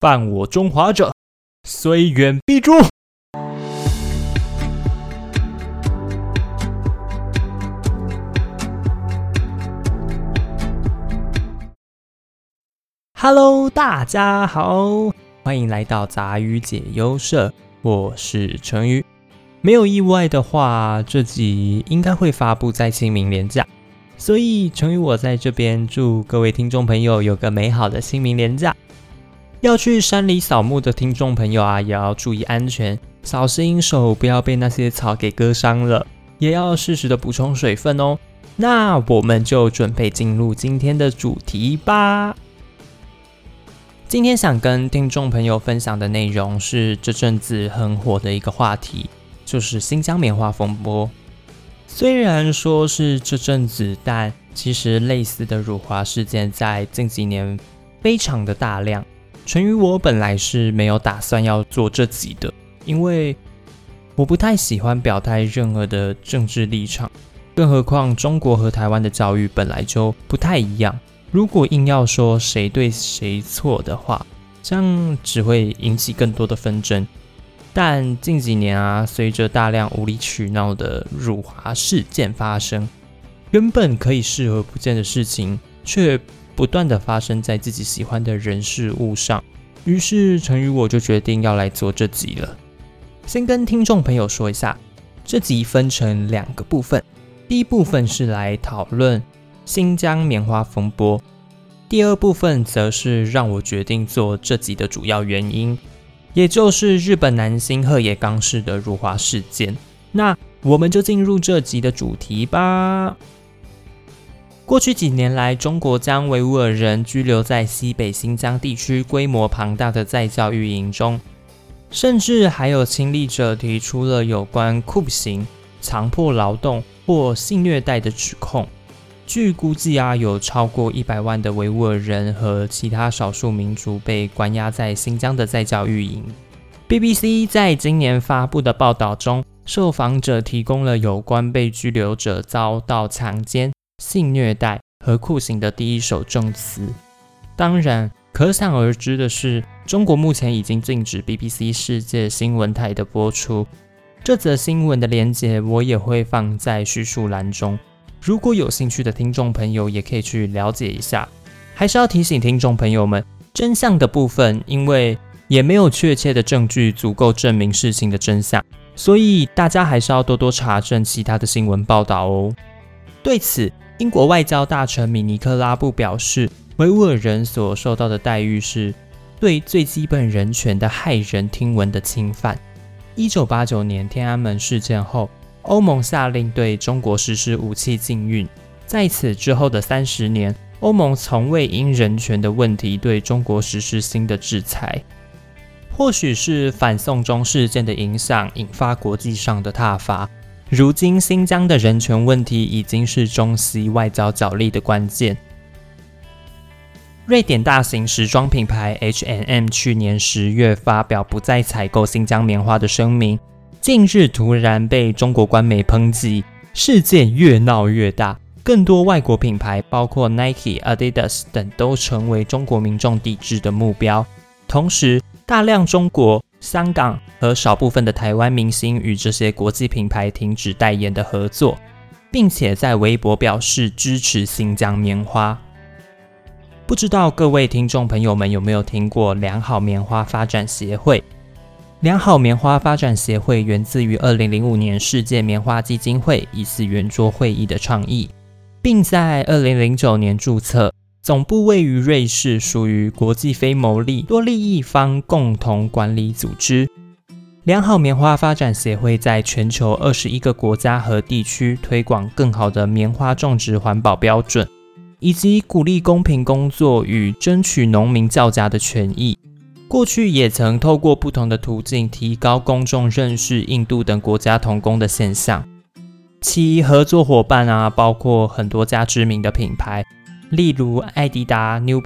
犯我中华者，虽远必诛。Hello， 大家好，欢迎来到杂鱼解忧社，我是成鱼。没有意外的话，这集应该会发布在清明连假，所以成鱼我在这边祝各位听众朋友有个美好的清明连假。要去山里扫墓的听众朋友啊，也要注意安全，小心手不要被那些草给割伤了，也要适时的补充水分哦。那我们就准备进入今天的主题吧。今天想跟听众朋友分享的内容是这阵子很火的一个话题，就是新疆棉花风波。虽然说是这阵子，但其实类似的辱华事件在近几年非常的大量。纯于我本来是没有打算要做这集的，因为我不太喜欢表态任何的政治立场，更何况中国和台湾的教育本来就不太一样。如果硬要说谁对谁错的话，这样只会引起更多的纷争。但近几年啊，随着大量无理取闹的辱华事件发生，原本可以视而不见的事情，却不断的发生在自己喜欢的人事物上。于是成宇我就决定要来做这集了。先跟听众朋友说一下，这集分成2个部分，第一部分是来讨论新疆棉花风波，第二部分则是让我决定做这集的主要原因，也就是日本男星鹤野刚士的辱华事件。那我们就进入这集的主题吧。过去几年来，中国将维吾尔人拘留在西北新疆地区规模庞大的再教育营中，甚至还有亲历者提出了有关酷刑、强迫劳动或性虐待的指控。据估计啊，有超过100万的维吾尔人和其他少数民族被关押在新疆的再教育营。BBC 在今年发布的报道中，受访者提供了有关被拘留者遭到强奸、性虐待和酷刑的第一手证词。当然，可想而知的是，中国目前已经禁止 BBC 世界新闻台的播出。这则新闻的连结我也会放在叙述栏中，如果有兴趣的听众朋友也可以去了解一下。还是要提醒听众朋友们，真相的部分因为也没有确切的证据足够证明事情的真相，所以大家还是要多多查证其他的新闻报道哦。对此，英国外交大臣米尼克拉布表示，维吾尔人所受到的待遇是对最基本人权的骇人听闻的侵犯。1989年天安门事件后，欧盟下令对中国实施武器禁运，在此之后的30年，欧盟从未因人权的问题对中国实施新的制裁。或许是反送中事件的影响引发国际上的挞伐，如今新疆的人权问题已经是中西外交角力的关键。瑞典大型时装品牌 H&M 去年10月发表不再采购新疆棉花的声明，近日突然被中国官媒抨击，事件越闹越大，更多外国品牌包括 Nike、Adidas 等都成为中国民众抵制的目标。同时，大量中国、香港和少部分的台湾明星与这些国际品牌停止代言的合作，并且在微博表示支持新疆棉花。不知道各位听众朋友们有没有听过良好棉花发展协会？良好棉花发展协会源自于2005年世界棉花基金会一次圆桌会议的倡议，并在2009年注册，总部位于瑞士，属于国际非牟利多利益方共同管理组织。良好棉花发展协会在全球21个国家和地区推广更好的棉花种植环保标准，以及鼓励公平工作与争取农民较佳的权益。过去也曾透过不同的途径提高公众认识印度等国家童工的现象。其合作伙伴啊，包括很多家知名的品牌，例如艾迪达、New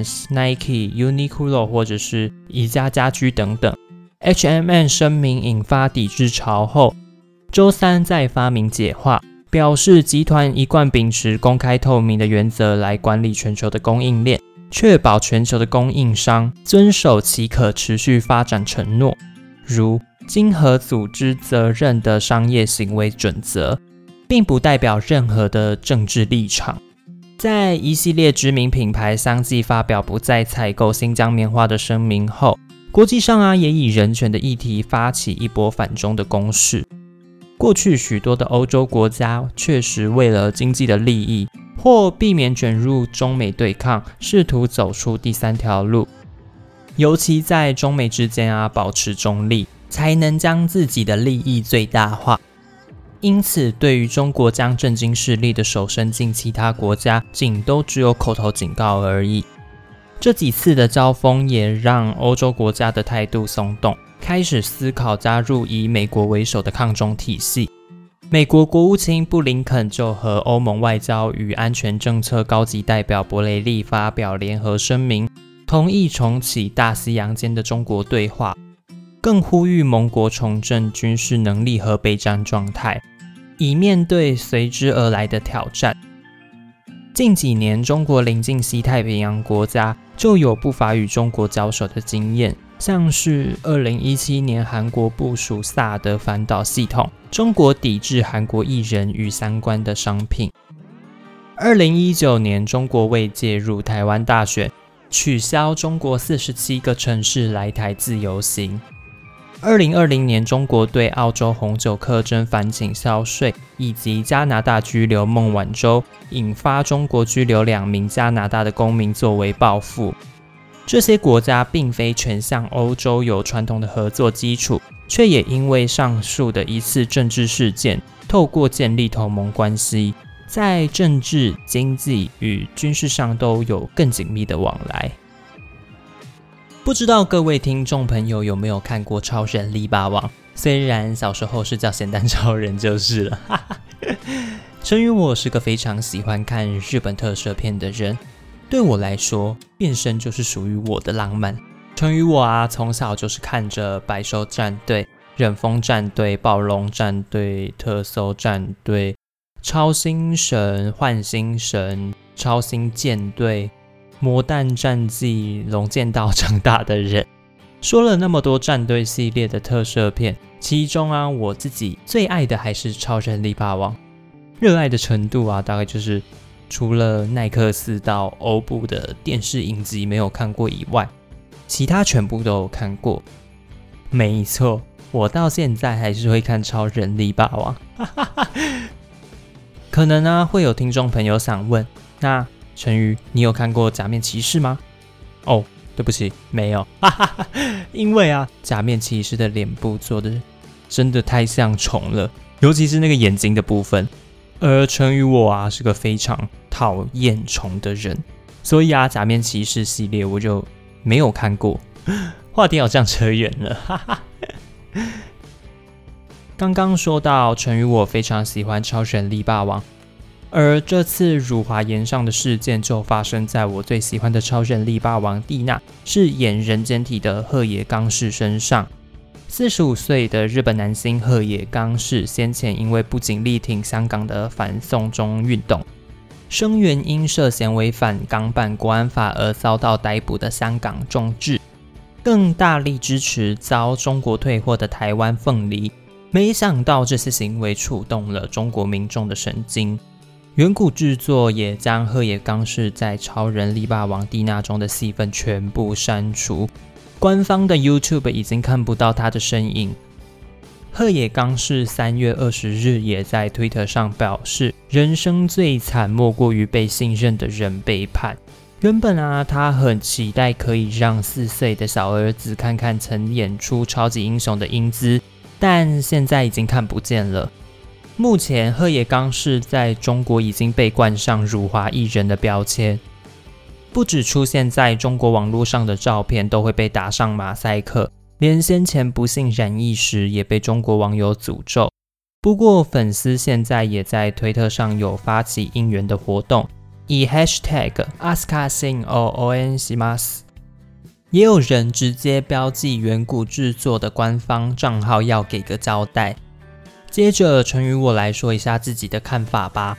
Balance、Nike、Uniqlo 或者是宜家家居等等。H&M 声明引发抵制潮后，周三再发明解话，表示集团一贯秉持公开透明的原则来管理全球的供应链， 确保全球的供应商遵守其可持续发展承诺，如经合组织责任的商业行为准则，并不代表任何的政治立场。在一系列知名品牌相继发表不再采购新疆棉花的声明后，国际上也以人权的议题发起一波反中的攻势。过去许多的欧洲国家确实为了经济的利益，或避免卷入中美对抗，试图走出第三条路。尤其在中美之间保持中立，才能将自己的利益最大化。因此，对于中国将震惊势力的手伸进其他国家，仅都只有口头警告而已。这几次的交锋也让欧洲国家的态度松动，开始思考加入以美国为首的抗中体系。美国国务卿布林肯就和欧盟外交与安全政策高级代表博雷利发表联合声明，同意重启大西洋间的中国对话，更呼吁盟国重振军事能力和备战状态，以面对随之而来的挑战。近几年，中国临近西太平洋国家就有不乏与中国交手的经验，像是2017年韩国部署萨德反导系统，中国抵制韩国艺人与相关的商品。2019年，中国为介入台湾大选，取消中国47个城市来台自由行。2020年，中国对澳洲红酒课征反倾销税，以及加拿大拘留孟晚舟，引发中国拘留2名加拿大的公民作为报复。这些国家并非全向欧洲有传统的合作基础，却也因为上述的一次政治事件，透过建立同盟关系，在政治、经济与军事上都有更紧密的往来。不知道各位听众朋友有没有看过超人力霸王？虽然小时候是叫咸蛋超人就是了。成宇我是个非常喜欢看日本特摄片的人，对我来说，变身就是属于我的浪漫。成宇我从小就是看着百兽战队、忍风战队、暴龙战队、特搜战队、超星神、幻星神、超星舰队、魔弹战记、龙剑道长大的人。说了那么多战队系列的特摄片，其中我自己最爱的还是超人力霸王。热爱的程度大概就是除了奈克斯到欧部的电视影集没有看过以外，其他全部都有看过。没错，我到现在还是会看超人力霸王。可能会有听众朋友想问，那成宇你有看过假面骑士吗？哦，对不起，没有。因为假面骑士的脸部做的真的太像虫了，尤其是那个眼睛的部分。而成宇我是个非常讨厌虫的人，所以假面骑士系列我就没有看过。话题好像扯远了。刚刚说到成宇我非常喜欢超人力霸王，而这次辱华炎上的事件就发生在我最喜欢的超人力霸王蒂娜是演人间体的鹤野刚士身上。45岁的日本男星鹤野刚士先前因为不仅力挺香港的反送中运动，声援因涉嫌违反港版国安法而遭到逮捕的香港众志，更大力支持遭中国退货的台湾凤梨。没想到这些行为触动了中国民众的神经，远古制作也将鹤野刚士在超人力霸王蒂娜中的戏份全部删除，官方的 YouTube 已经看不到他的身影。鹤野刚士3月20日也在 Twitter 上表示，人生最惨莫过于被信任的人背叛。原本他很期待可以让4岁的小儿子看看曾演出超级英雄的英姿，但现在已经看不见了。目前鹤野刚士在中国已经被冠上辱华艺人的标签，不只出现在中国网络上的照片都会被打上马赛克，连先前不幸染疫时也被中国网友诅咒。不过粉丝现在也在推特上有发起应援的活动，以 #asukasin o onshimasu， 也有人直接标记远古制作的官方账号要给个交代。接着成宇我来说一下自己的看法吧。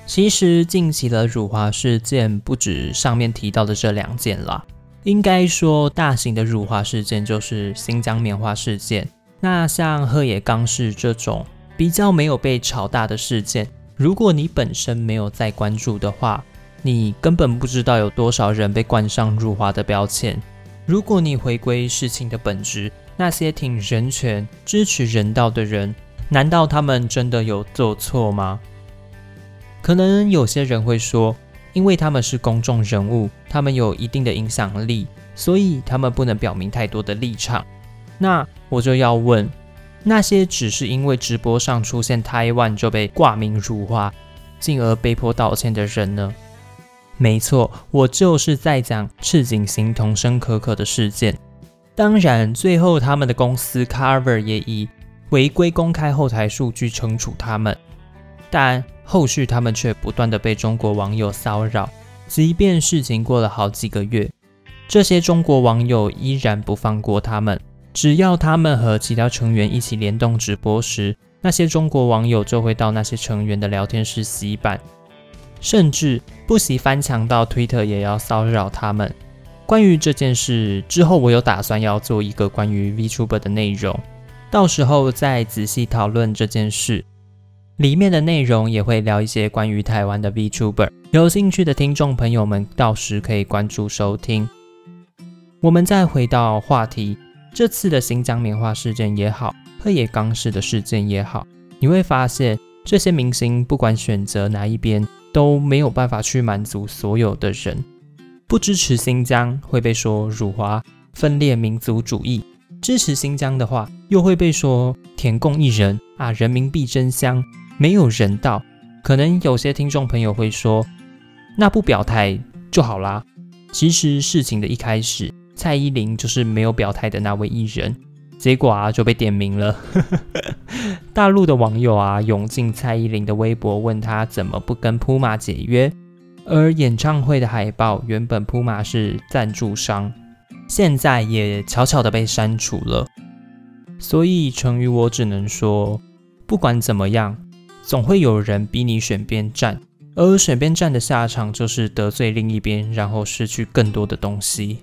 其实近期的辱华事件不止上面提到的这2件啦，应该说大型的辱华事件就是新疆棉花事件。那像鹤野刚士这种比较没有被炒大的事件，如果你本身没有在关注的话，你根本不知道有多少人被冠上辱华的标签。如果你回归事情的本质，那些挺人权、支持人道的人，难道他们真的有做错吗？可能有些人会说，因为他们是公众人物，他们有一定的影响力，所以他们不能表明太多的立场。那我就要问，那些只是因为直播上出现台湾就被挂名辱华，进而被迫道歉的人呢？没错，我就是在讲赤井刑童声可可的事件。当然，最后他们的公司 Carver 也以违规公开后台数据惩处他们，但后续他们却不断的被中国网友骚扰，即便事情过了好几个月，这些中国网友依然不放过他们。只要他们和其他成员一起联动直播时，那些中国网友就会到那些成员的聊天室洗版，甚至不惜翻墙到 Twitter 也要骚扰他们。关于这件事之后，我有打算要做一个关于 VTuber 的内容，到时候再仔细讨论这件事。里面的内容也会聊一些关于台湾的 VTuber， 有兴趣的听众朋友们到时可以关注收听。我们再回到话题，这次的新疆棉花事件也好，鹤野刚士的事件也好，你会发现这些明星不管选择哪一边，都没有办法去满足所有的人。不支持新疆会被说辱华、分裂民族主义，支持新疆的话又会被说舔共一人啊，人民币真香，没有人道。可能有些听众朋友会说，那不表态就好啦。其实事情的一开始，蔡依林就是没有表态的那位艺人，结果就被点名了。大陆的网友涌进蔡依林的微博，问她怎么不跟 Puma 解约。而演唱会的海报原本 Puma 是赞助商，现在也悄悄的被删除了。所以成语我只能说，不管怎么样，总会有人逼你选边站，而选边站的下场就是得罪另一边，然后失去更多的东西。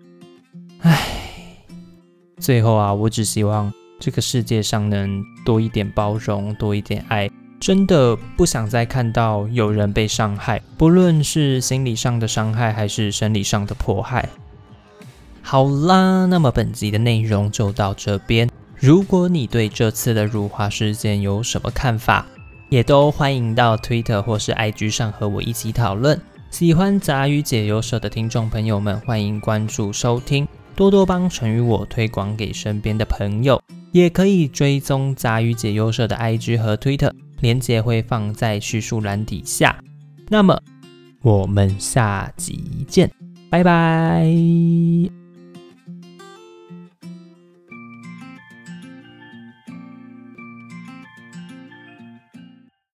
最后我只希望这个世界上能多一点包容，多一点爱。真的不想再看到有人被伤害，不论是心理上的伤害还是生理上的迫害。好啦，那么本集的内容就到这边。如果你对这次的辱华事件有什么看法，也都欢迎到 Twitter 或是 IG 上和我一起讨论。喜欢杂鱼解忧社的听众朋友们，欢迎关注收听，多多帮成语我推广给身边的朋友，也可以追踪杂鱼解忧社的 IG 和 Twitter，连结会放在叙述栏底下。那么我们下集见，拜拜。